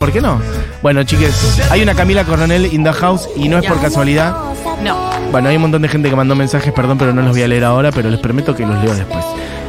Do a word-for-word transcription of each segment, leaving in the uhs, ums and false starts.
¿Por qué no? Bueno, chiques, hay una Camila Coronel in the house y no es por casualidad. No. Bueno, hay un montón de gente que mandó mensajes, perdón, pero no los voy a leer ahora, pero les prometo que los leo después.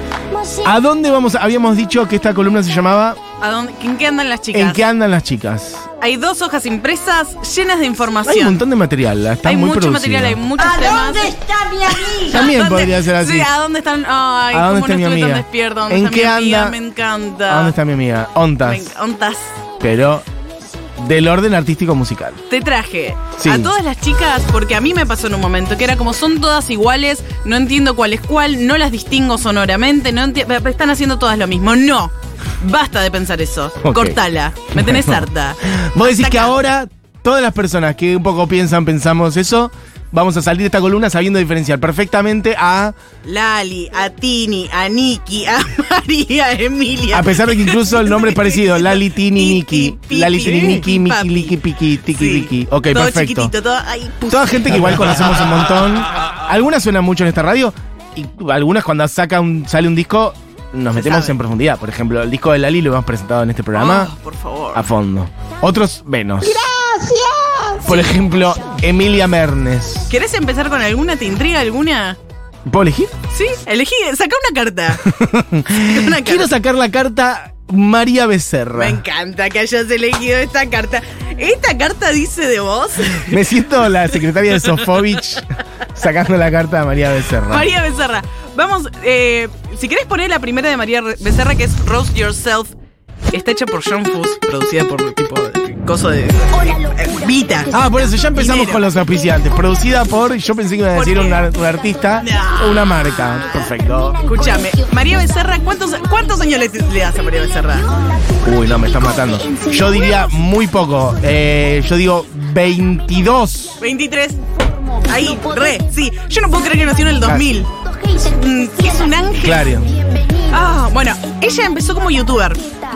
¿A dónde vamos? Habíamos dicho que esta columna se llamaba ¿A dónde, ¿En qué andan las chicas? ¿En qué andan las chicas? Hay dos hojas impresas llenas de información. Hay un montón de material, está hay muy mucho producido. material, hay muchos ¿A temas. dónde está mi amiga? También podría ser así. Sí, ¿a dónde están? Ay, ¿A dónde cómo está no mi estuve amiga? tan despierta. ¿Dónde ¿En está qué mi amiga? anda? Me encanta. ¿A dónde está mi amiga? Ontas. Me enc- Ontas. Pero del orden artístico musical. Te traje Sí. a todas las chicas, porque a mí me pasó en un momento que era como son todas iguales, no entiendo cuál es cuál, no las distingo sonoramente, no enti- están haciendo todas lo mismo. No, basta de pensar eso. Ok. Cortala, me tenés harta. Vos decís Hasta que acá. ahora todas las personas que un poco piensan, pensamos eso, vamos a salir de esta columna sabiendo diferenciar perfectamente a... Lali, a Tini, a Niki, a María Emilia. A pesar de que incluso el nombre es parecido, Lali, Tini, Niki. Pipi, Lali, Tini, Niki, Miki, papi. Liki, Piki, Tiki, Sí. Piki. Ok, Todo perfecto. chiquitito, todo ahí. Toda gente que igual conocemos un montón. Algunas suenan mucho en esta radio y algunas cuando saca un, sale un disco nos Se metemos sabe. en profundidad. Por ejemplo, el disco de Lali lo hemos presentado en este programa Oh, por favor. a fondo. Otros menos. Gracias. Por ejemplo, Emilia Mernes. ¿Querés empezar con alguna? ¿Te intriga alguna? ¿Puedo elegir? Sí, elegí, saca una carta. Saca una carta. Quiero sacar la carta María Becerra. Me encanta que hayas elegido esta carta. ¿Esta carta dice de vos? Me siento la secretaria de Sofovich sacando la carta de María Becerra. María Becerra. Vamos, eh, si querés poner la primera de María Becerra, que es Roast Yourself. Está hecha por John Fuss, producida por tipo coso de eh, Vita. Ah, por eso ya empezamos Dinero. con los auspiciantes. Producida por, yo pensé que iba a decir ¿Por un, qué? ar- un artista No. o una marca. Perfecto. Escúchame, María Becerra, ¿cuántos, cuántos años le, le das a María Becerra? Uy, no, me están matando. Yo diría muy poco. Eh, yo digo veintidós. veintitrés. Ahí, re, sí. Yo no puedo creer que nació en el dos mil. Mm, Es un ángel. Claro. Ah, bueno, ella empezó como youtuber.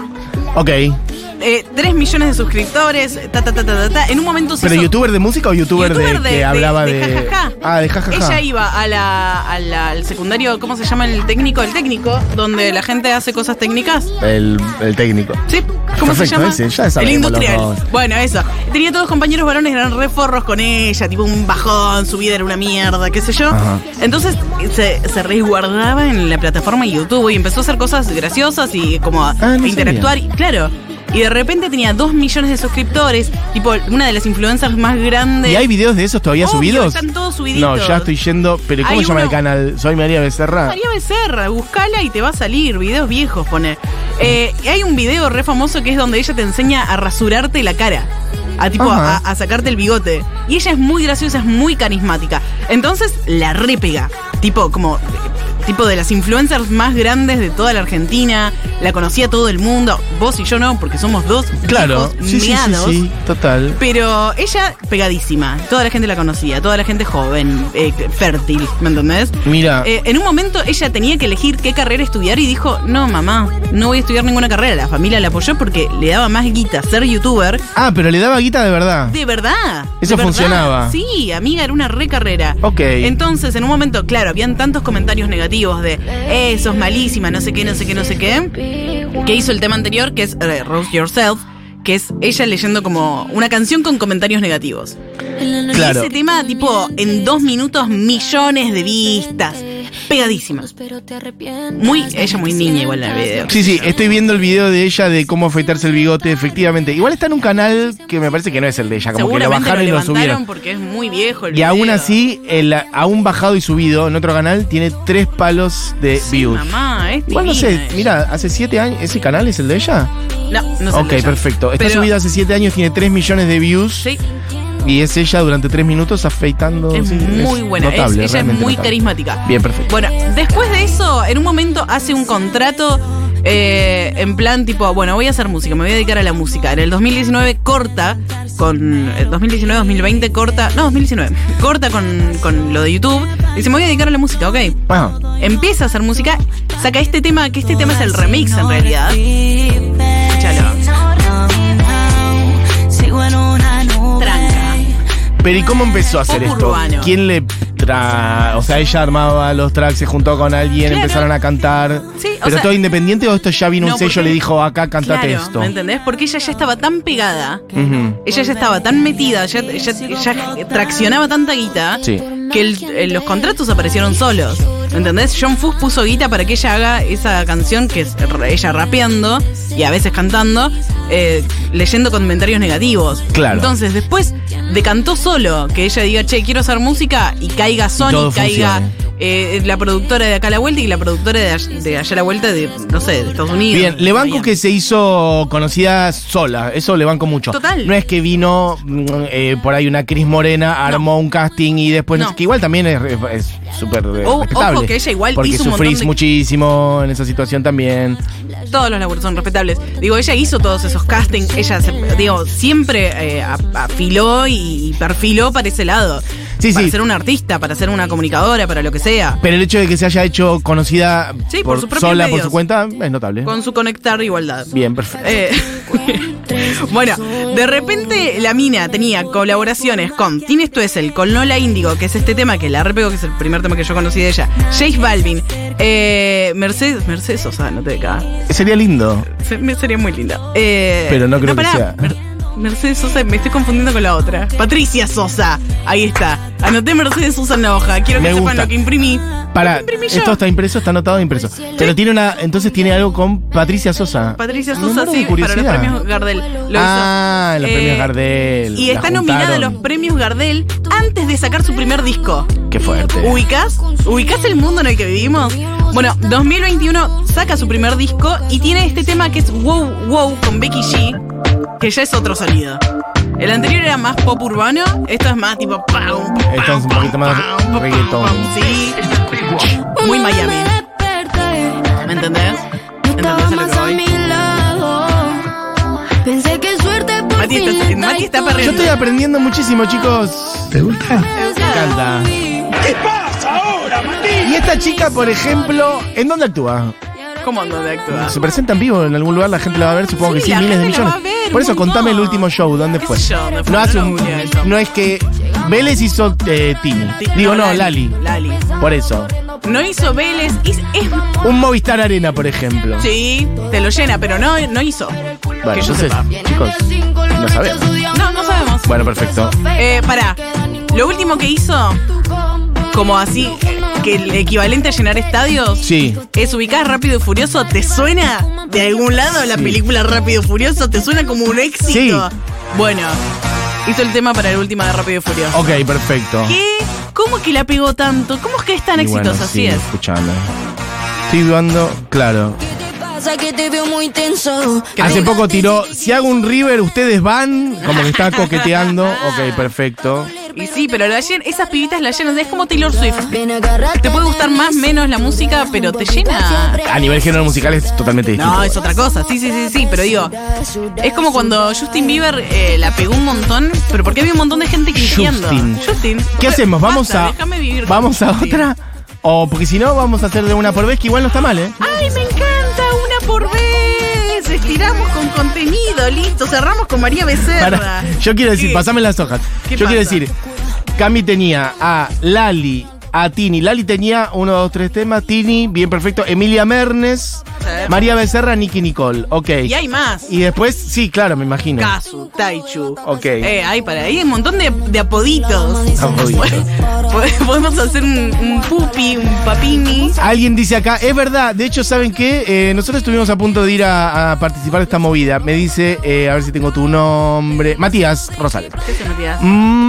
Ok. Eh, tres millones de suscriptores, ta, ta, ta, ta, ta, ta. En un momento se ¿Pero hizo- youtuber de música o youtuber, youtuber de, que hablaba de, de jajaja. Ah, de jajaja. Ella iba a la, a la- al secundario, ¿cómo se llama el técnico? El técnico, donde la gente hace cosas técnicas. El, el técnico. ¿Sí? ¿Cómo se Perfecto, llama? ese, ya el sabemos industrial. los dos. Bueno, eso. Tenía todos los compañeros varones, eran re forros con ella, tipo un bajón, su vida era una mierda, qué sé yo. Ajá. Entonces se, se resguardaba en la plataforma de YouTube y empezó a hacer cosas graciosas y como a, Ah, no a interactuar. Y, claro. Y de repente tenía dos millones de suscriptores, tipo una de las influencers más grandes. ¿Y hay videos de esos todavía Obvio, subidos? están todos subiditos. No, ya estoy yendo. ¿Pero cómo Hay se llama uno- el canal? Soy María Becerra. María Becerra, buscala y te va a salir, videos viejos, pone. Eh, hay un video re famoso que es donde ella te enseña a rasurarte la cara. A tipo a, Ajá. a sacarte el bigote. Y ella es muy graciosa, es muy carismática. Entonces la repega. Tipo, como. Tipo de las influencers más grandes de toda la Argentina. La conocía todo el mundo. Vos y yo no, porque somos dos Claro. viejos Sí, sí, sí, meados. sí, total. Pero ella pegadísima. Toda la gente la conocía. Toda la gente joven, eh, fértil. ¿Me entendés? Mira. Eh, en un momento ella tenía que elegir qué carrera estudiar y dijo, no mamá, no voy a estudiar ninguna carrera. La familia la apoyó porque le daba más guita ser youtuber. Ah, pero le daba guita de verdad. De verdad. Eso de verdad. funcionaba. Sí, amiga, era una re carrera. Ok. Entonces, en un momento, claro, habían tantos comentarios negativos de, eh, sos malísima, no sé qué, no sé qué, no sé qué. Que hizo el tema anterior, que es eh, Roast Yourself, que es ella leyendo como una canción con comentarios negativos. Claro. Ese tema, tipo, en dos minutos, millones de vistas. Pegadísima. Muy, ella muy niña igual en el video. Sí, sí, estoy viendo el video de ella de cómo afeitarse el bigote, efectivamente. Igual está en un canal que me parece que no es el de ella, como que lo Seguramente bajaron y lo levantaron subieron. porque es muy viejo el Y video. aún así, el, aún bajado y subido en otro canal, tiene tres palos de Sí, views. mamá, es Igual no sé, divina ella. mira, hace siete años, ¿ese canal es el de ella? No, no sé. Ok, perfecto. Está Pero- subido hace siete años, tiene tres millones de views. Sí, Y es ella durante tres minutos afeitando. es sí, muy buena. Es- notable, ella es realmente muy notable. carismática. Bien, perfecto. Bueno, después de eso, en un momento hace un contrato eh, en plan tipo, bueno, voy a hacer música, me voy a dedicar a la música. En el dos mil diecinueve corta con... eh, dos mil diecinueve, dos mil veinte corta... No, dos mil diecinueve. Corta con, con lo de YouTube. Dice, me voy a dedicar a la música, ok. Ajá. Empieza a hacer música, saca este tema, que este tema es el remix en realidad. Escúchalo. Tranca. Pero ¿y cómo empezó a hacer Pop esto? urbano. ¿Quién le tra... O sea, ella armaba los tracks, se juntó con alguien, Claro. empezaron a cantar. Sí, o ¿Pero sea- todo independiente o esto ya vino No, un sello porque- y le dijo, acá cantate Claro, esto? ¿me entendés? Porque ella ya estaba tan pegada, Ujú. ella ya estaba tan metida, ya, ya, ya traccionaba tanta guita, Sí. que el- el- los contratos aparecieron solos. ¿Me entendés? John Fuchs puso guita para que ella haga esa canción que es r- ella rapeando y a veces cantando, eh, leyendo comentarios negativos. Claro. Entonces, después decantó solo que ella diga, che, quiero hacer música y caiga Sony, Todo caiga funcione. eh, la productora de acá a la vuelta y la productora de, all- de allá a la vuelta de, no sé, de Estados Unidos. Bien, le banco Miami. que se hizo conocida sola, eso le banco mucho. Total. No es que vino mm, eh, por ahí una Cris Morena, armó un casting y después, No. que igual también es es súper eh, O- respetable. ojo que ella igual porque hizo un sufrís montón de- muchísimo en esa situación también. Todos los laburos son respetables. Digo, ella hizo todos esos castings, ella, se- digo, siempre eh, ap- afiló y perfiló para ese lado. Sí, para sí. ser una artista, para ser una comunicadora, para lo que sea. Pero el hecho de que se haya hecho conocida Sí, por sus propios sola, por medios. su cuenta, es notable. Con su conectar igualdad. Bien, perfecto. Eh, bueno, de repente la mina tenía colaboraciones con Tini Stoessel, con Lola Índigo, que es este tema que la repego, que es el primer tema que yo conocí de ella, J Balvin, eh, Mercedes, Mercedes Sosa, no te cagas. Sería lindo. Se- me sería muy linda. Eh, Pero no creo que pará, sea. Mer- Mercedes Sosa, me estoy confundiendo con la otra. Patricia Sosa. Ahí está. Anoté Mercedes Sosa en la hoja. Quiero que Me sepan gusta. lo que imprimí. Para, Lo imprimí yo. esto está impreso, está anotado e impreso. Pero tiene una, entonces tiene algo con Patricia Sosa. Patricia Me Sosa, muero de sí, para los curiosidad. premios Gardel. Lo Ah, hizo. los Eh, premios Gardel. Y La está nominada a juntaron. los premios Gardel antes de sacar su primer disco. Qué fuerte. ¿Ubicás? ¿Ubicás el mundo en el que vivimos? Bueno, dos mil veintiuno saca su primer disco y tiene este tema que es Wow Wow con Becky G, que ya es otro sonido. El anterior era más pop urbano, esto es más tipo pam, pam, Esto es un pam, poquito más pam, pam, reggaetón. pam, sí. Muy Miami. ¿Me entendés? ¿Entendés a lo que voy? Pensé que suerte por Mati está, fin Mati está Yo perreando. estoy aprendiendo muchísimo, chicos. ¿Te gusta? Me encanta. Y esta chica, por ejemplo, ¿en dónde actúa? ¿Cómo ando de actuar? ¿Se presenta en vivo en algún lugar? ¿La gente la va a ver? Supongo Sí, que sí, la miles de gente la millones. va a ver, Por eso, un montón. contame el último show, ¿dónde ¿Qué fue? sé yo? ¿Dónde fue? No hace No un. googleé eso. No es que. Vélez hizo eh, Tini. Ti- Digo, no, Lali. Lali. Por eso. No hizo Vélez. Es, es- Un Movistar Arena, por ejemplo. sí, te lo llena, pero no, no hizo. Bueno, que yo entonces, sepa. chicos, no sabemos. No, no sabemos. Bueno, perfecto. Eh, pará. Lo último que hizo, como así, eh, que el equivalente a llenar estadios, Sí. es ubicar Rápido y Furioso. ¿Te suena de algún lado la Sí. película Rápido y Furioso? ¿Te suena como un éxito? Sí. Bueno, hizo el tema para el último de Rápido y Furioso. Ok, perfecto. ¿Qué? ¿Cómo que la pegó tanto? ¿Cómo es que es tan Y exitosa? bueno, Así sí, es. escuchando. Estoy viendo, claro. pasa que te veo muy tenso. Hace poco tiró, si hago un River, ustedes van, como que está coqueteando. Ok, perfecto. Y sí, pero la llen- esas pibitas la llenan. Es como Taylor Swift. Ven, agárrate Te puede gustar más o menos la música, pero te llena. A nivel género musical es totalmente distinto. No, es otra cosa. Sí, sí, sí, sí. Pero digo, es como cuando Justin Bieber eh, la pegó un montón, pero porque había un montón de gente criticando. Justin. Justin. ¿Qué hacemos? ¿Vamos Basta, a déjame vivir vamos a Justin. otra? O porque si no, vamos a hacer de una por vez, que igual no está mal, ¿eh? ¡Ay, me encanta! Una por vez. Estiramos con contenido. Listo. Cerramos con María Becerra. Para- yo quiero decir, ¿Qué? pasame las hojas. ¿Qué Yo quiero pasa? decir, Cami tenía a Lali, a Tini. Lali tenía uno, dos, tres temas. Tini, bien perfecto. Emilia Mernes, Sí. María Becerra, Nicky Nicole. Ok. Y hay más. Y después, sí, claro, me imagino. Kazu, Taichu. Ok. Eh, hay para ahí un montón de, de apoditos. Apoditos. Pod- Podemos hacer un, un pupi, un papini. Alguien dice acá, es verdad, de hecho, ¿saben qué? Eh, nosotros estuvimos a punto de ir a, a participar de esta movida. Me dice, eh, a ver si tengo tu nombre, Matías Rosales. ¿Qué se Matías?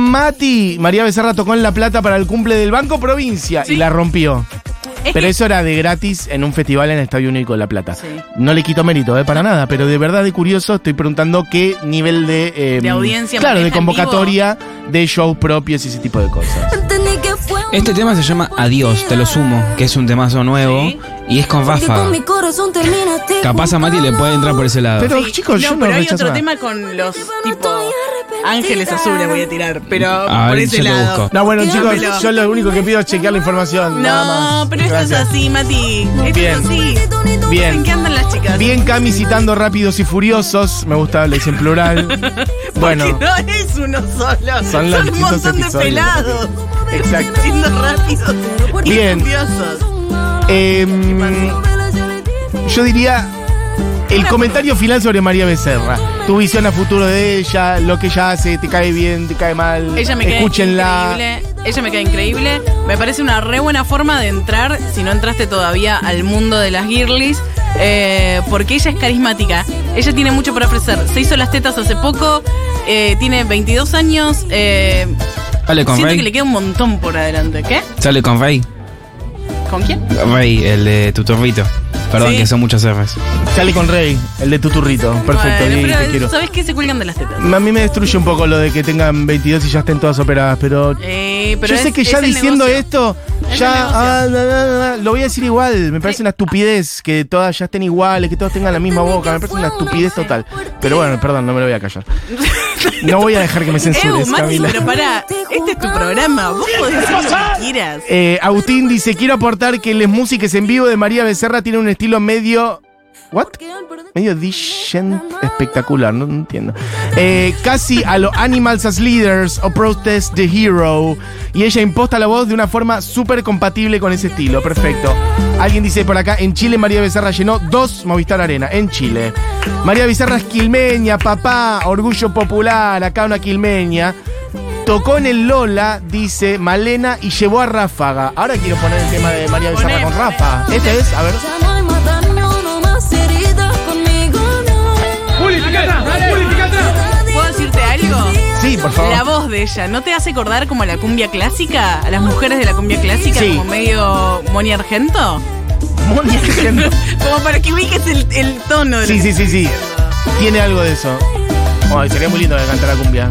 Mati, María Becerra tocó en La Plata para el cumple del Banco Provincia Sí. y la rompió. Es Pero que- eso era de gratis en un festival en el Estadio Único de La Plata. Sí. No le quito mérito, eh, para nada, pero de verdad de curioso estoy preguntando qué nivel de... eh, De audiencia Claro, de maneja en convocatoria, de shows propios y ese tipo de cosas. Entendí que fue un Este tema se llama Adiós, te lo sumo, que es un temazo nuevo Sí. y es con tipo, Ráfaga. mi corazón terminaste Capaz a Mati le puede entrar por ese lado. Pero Sí. chicos, no, yo no pero hay rechazo otro nada. tema con los tipo Ángeles Azules voy a tirar, pero A por ver, ese yo te lado. busco. No, bueno, chicos, Dámelo. yo lo único que pido es chequear la información. nada No, más. pero esto Gracias. es así, Mati. Esto Bien. es así. Bien. ¿En qué andan las chicas? Bien, Cami citando Rápidos y Furiosos. Me gusta, le hice en plural. Bueno, Porque no es uno solo. Son los un distintos montón de episodios. pelados. exacto. Siendo rápidos y Bien. furiosos. Em, yo diría el comentario final sobre María Becerra. Tu visión a futuro de ella, lo que ella hace, te cae bien, te cae mal. Ella me queda Escúchenla. increíble. Ella me queda increíble. Me parece una re buena forma de entrar, si no entraste todavía, al mundo de las girlies. eh, porque ella es carismática. Ella tiene mucho para ofrecer. Se hizo las tetas hace poco. eh, tiene veintidós años. eh, Sale con siento Rey. que le queda un montón por adelante. ¿Qué? Sale con Rey. ¿Con quién? Rey, el de Tutorrito. Perdón, Sí. que son muchas R's. Sale con Rey, el de Tuturrito. Perfecto, Bueno, Diego, pero te quiero. ¿sabes qué? Se cuelgan de las tetas. A mí me destruye un poco lo de que tengan veintidós y ya estén todas operadas, pero, Eh, pero yo sé es- que es ya el diciendo negocio. esto, Es el ya negocio. ah, na, na, na, lo voy a decir igual. Me parece Sí. una estupidez que todas ya estén iguales, que todas tengan la misma boca. Me parece una estupidez total. Pero bueno, perdón, no me lo voy a callar. No voy a dejar que me Eh, censures, Mati, Camila. pero pará, este es tu programa, vos podés decir lo que quieras. Eh, Agustín dice, quiero aportar que las músicas en vivo de María Becerra tienen un estilo medio... ¿What? Medio decent espectacular, no, no entiendo. Eh, casi a lo Animals as Leaders o Protest the Hero. Y ella imposta la voz de una forma súper compatible con ese estilo. Perfecto. Alguien dice por acá, en Chile María Becerra llenó dos Movistar Arena. En Chile. María Becerra es quilmeña, papá. Orgullo popular. Acá una quilmeña. Tocó en el Lola, dice Malena, y llevó a Ráfaga. Ahora quiero poner el tema de María Becerra Poné, con poné. Rafa. Este es, a ver. Ya no hay más daño, no más heridas conmigo, no. ¿Puedo decirte algo? Sí, por favor. La voz de ella, ¿no te hace acordar como a la cumbia clásica? A las mujeres de la cumbia clásica, Sí. como medio Moni Argento. Muy bien. Como para que ubiques el, el tono de lo Sí, que sí, sí, estoy sí. diciendo. Tiene algo de eso. Ay, sería muy lindo que cantara cumbia.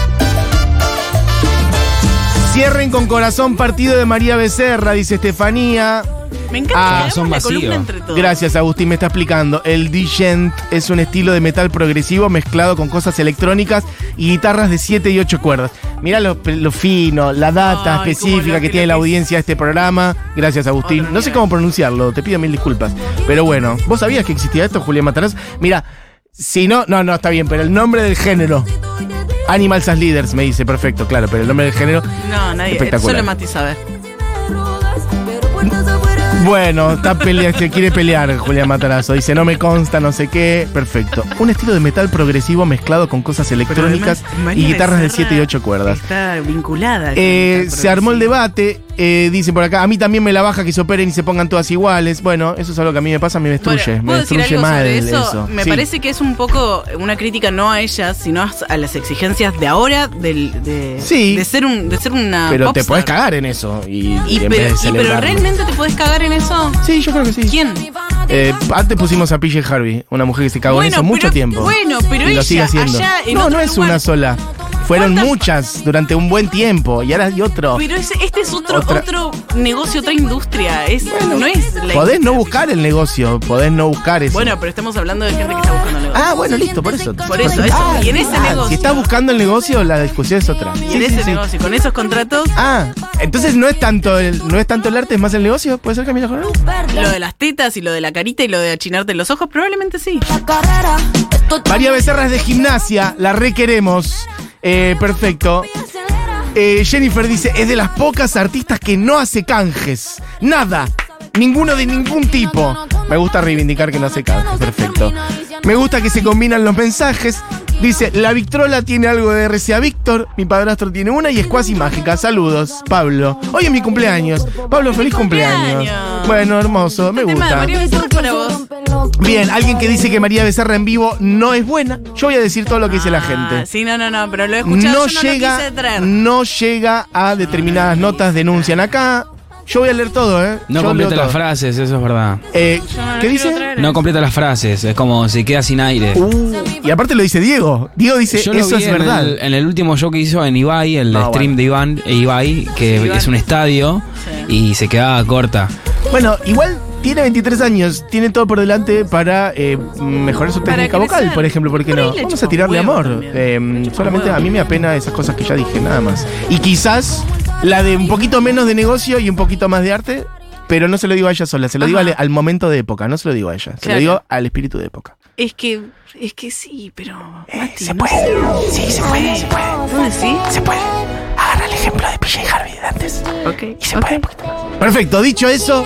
Cierren con Corazón Partido de María Becerra, dice Estefanía. Me encanta Ah, que hagamos son la vacíos. columna entre todos. Gracias, Agustín, me está explicando. El Digent es un estilo de metal progresivo mezclado con cosas electrónicas y guitarras de siete y ocho cuerdas. Mirá lo, lo fino, la data Ay, específica cómo lo que que tiene le la quis- audiencia de este programa. Gracias, Agustín. Otro No sé nivel. cómo pronunciarlo, te pido mil disculpas. Pero bueno, ¿vos sabías que existía esto, Julián Matarazzo? Mira, si no, no, no, está bien, pero el nombre del género. Animals as Leaders, me dice, perfecto, claro, pero el nombre del género. No, nadie. Espectacular. Solo Mati sabe. Pero puertas afuera. Bueno, está pelea, se quiere pelear Julián Matarazzo. Dice, no me consta, no sé qué. Perfecto. Un estilo de metal progresivo mezclado con cosas electrónicas Pero además, María y guitarras de Becerra siete y ocho cuerdas. Está vinculada. Eh, con se armó el progresivo. debate, eh, dicen por acá, a mí también me la baja que se operen y se pongan todas iguales. Bueno, eso es algo que a mí me pasa, me destruye, Bueno, me ¿puedo decir destruye algo mal sobre eso? eso. Me Sí. parece que es un poco una crítica no a ellas, sino a las exigencias de ahora, del, de, Sí. de ser un, de ser una Pero te popstar. podés cagar en eso. Y, Y, y en pero, vez de y, pero celebrarlo. realmente te podés cagar en eso. Sí, yo creo que sí. ¿Quién? Eh, antes pusimos a P J Harvey, una mujer que se cagó en eso mucho pero- tiempo. Bueno, pero y ella lo sigue haciendo. allá en No, otro no es lugar- una sola. Fueron ¿Cuántas? muchas durante un buen tiempo. Y ahora hay otro. Pero es- este es otro, Otra- otro negocio, otra industria. Es, no es la Podés no industria. buscar el negocio, podés no buscar eso. Bueno, pero estamos hablando de gente que está buscando negocio. Ah, bueno, listo, por eso. Por eso, eso. Y en ese negocio. Si estás buscando el negocio, la discusión es otra. Y Sí, en sí, ese sí. negocio, con esos contratos, Ah, entonces no es tanto el, no es tanto el arte, es más el negocio. ¿Puede ser, Camila Coronel? lo de las tetas y lo de la carita y lo de achinarte los ojos, probablemente sí. La carrera. Esto María Becerra es de gimnasia, la requeremos. Eh, perfecto. Eh, Jennifer dice, es de las pocas artistas que no hace canjes. Nada. Ninguno de ningún tipo. Me gusta reivindicar que no hace canjes. Perfecto. Me gusta que se combinan los mensajes. Dice, la Victrola tiene algo de R C A Víctor. Mi padrastro tiene una y es cuasi mágica. Saludos, Pablo. Hoy es mi cumpleaños. Pablo, feliz cumpleaños. Cumpleaños. Bueno, hermoso. Me Tema de gusta. María Becerra es para vos. Bien, alguien que dice que María Becerra en vivo no es buena. Yo voy a decir todo lo que dice la Ah, gente. Sí, no, no, no, pero lo he escuchado, No yo no llega, lo quise traer. no llega a determinadas notas, denuncian acá. Yo voy a leer todo, ¿eh? No Yo completa leo las todo. frases, eso es verdad. Eh, Yo no lo ¿Qué quiero dice? traer. No completa las frases, es como se queda sin aire. Uh, y aparte lo dice Diego. Diego dice, Yo lo eso vi es en verdad. el, en el último show que hizo en Ibai, el Ah, stream bueno. de Iván, e Ibai, que Iván. es un estadio, Sí. y se quedaba corta. Bueno, igual tiene veintitrés años, tiene todo por delante para eh, mejorar su Para técnica crecer. vocal, por ejemplo, ¿por qué Por ahí no? le Vamos chupa a tirarle un huevo amor. también. Eh, Le chupa solamente un a mí me apena esas cosas que ya dije, nada más. Y quizás la de un poquito menos de negocio y un poquito más de arte, pero no se lo digo a ella sola, se lo digo Ajá. al, al momento de época, no se lo digo a ella, se Claro. lo digo al espíritu de época. Es que, es que sí, pero. Mati, se no puede, sé. sí, se puede, se puede. ¿Vos decís? Se puede. Agarra el ejemplo de P J Harvey de antes. Ok. Y se ok. puede un poquito más. Perfecto, dicho eso,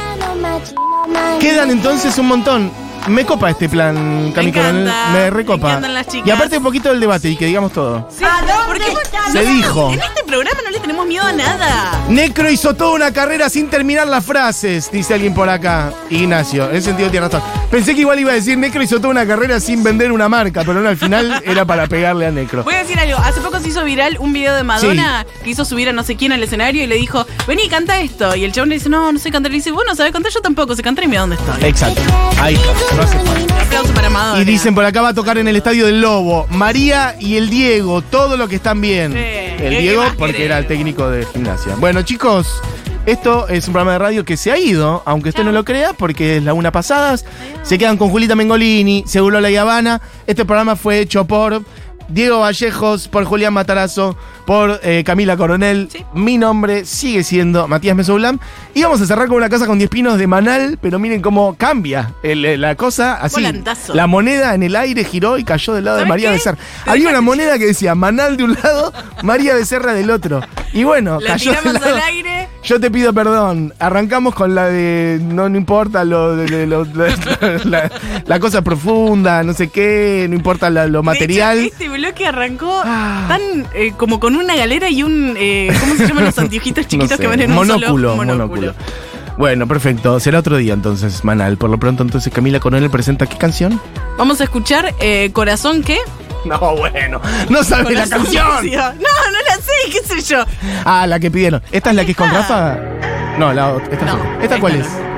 quedan entonces un montón. Me copa este plan, Cami Me encanta, Coronel. Me recopa. me encantan las chicas. Y aparte un poquito del debate y que digamos todo. Sí, porque Se dijo. En este programa no le tenemos miedo a nada. Necro hizo toda una carrera sin terminar las frases, dice alguien por acá. Ignacio, en ese sentido tiene razón. Pensé que igual iba a decir Necro hizo toda una carrera sin vender una marca, pero no, al final era para pegarle a Necro. Voy a decir algo. Hace poco se hizo viral un video de Madonna que hizo subir a no sé quién al escenario y le dijo, vení, canta esto. Y el chabón le dice, no, no sé cantar. Y le dice, vos no sabés cantar, yo tampoco sé cantar y mira dónde estoy. Exacto. Ahí está, no hace falta. Un aplauso para Madonna. Y dicen por acá va a tocar en el Estadio del Lobo. María y el Diego, todo lo que están bien. Sí, El ¿qué Diego más porque querés? era el técnico de gimnasia. Bueno, chicos, esto es un programa de radio que se ha ido, aunque usted no lo crea, porque es la una pasadas. Se quedan con Julita Mengolini, Seguro La Habana. Este programa fue hecho por Diego Vallejos, por Julián Matarazo, por eh, Camila Coronel. Sí. Mi nombre sigue siendo Matías Mesoulán. Y vamos a cerrar con una casa con diez pinos de Manal, pero miren cómo cambia el- la cosa así. Volantazo. La moneda en el aire giró y cayó del lado de ¿Sabes María qué? Becerra. Te Había una dejaste- moneda que decía Manal de un lado, María Becerra del otro. Y bueno, La cayó del tiramos lado. al aire. Yo te pido perdón. Arrancamos con la de no, no importa lo, de- de- lo- la, la cosa profunda, no sé qué, no importa la- lo material. De hecho, este bloque arrancó Ah. tan eh, como con una galera y un. eh, ¿Cómo se llaman los anteojitos chiquitos No sé, que van en un monóculo, solo monóculo. Bueno, perfecto. Será otro día entonces, Manal. Por lo pronto, entonces, Camila Coronel presenta ¿qué canción? Vamos a escuchar eh, Corazón, ¿qué? No, bueno. No sabes la Corazón canción. vacío. No, no la sé, qué sé yo. Ah, la que pidieron. ¿Esta es la que es con Rafa? No, la otra. ¿Esta, No, es otra. ¿Esta cuál esta es?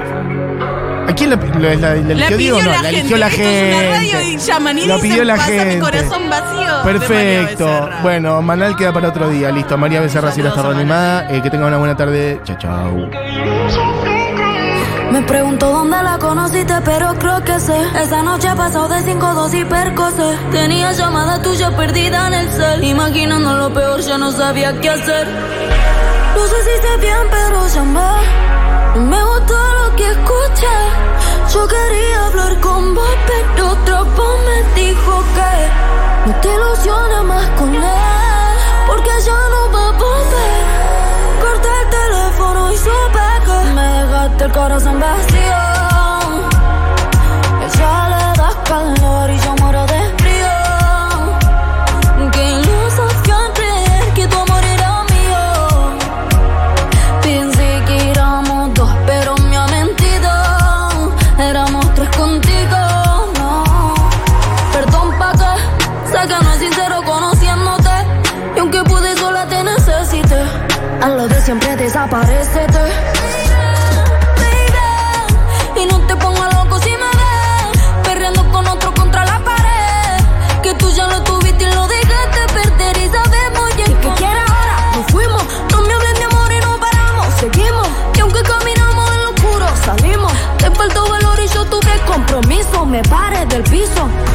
¿A quién la, la, la- la eligió La Diego? pidió No, la, la gente. eligió la Esto es una radio gente. y llaman y Lo dicen, pidió la "Pásame gente". Corazón vacío. de María Perfecto. Becerra. Bueno, Manal queda para otro día. Listo. María Becerra, si la está Saludos a reanimada. Eh, que tenga una buena tarde. Chao, chao. Me pregunto dónde la conociste, pero creo que sé. Esa noche ha pasado de cinco, dos y percocé. Tenía llamada tuya perdida en el cel. Imaginando lo peor, ya no sabía qué hacer. No sé si sé bien, pero llamé. Me gustó lo que escuché. Yo quería hablar con vos, pero otra voz me dijo que no te ilusiones más con él, porque ya no va a volver. Corté el teléfono y supe que me dejaste el corazón vacío. Ella le da calor y yo muero de frío. Que ilusión creer que tu amor era mío. Pensé que éramos dos, pero me ha mentido. Éramos tres contigo, no. Perdón pa' que, sé que no es sincero conociéndote. Y aunque pude sola te necesité. A lo de siempre desaparecete. Baby, y no te pongas loco si me ves perreando con otro contra la pared. Que tú ya lo tuviste y lo dejaste perder. Y sabemos ya que quieres ahora. Nos fuimos, no me hables de amor y no paramos. Seguimos, y aunque caminamos en lo oscuro, salimos. Te faltó valor y yo tuve compromiso. Me paré del piso.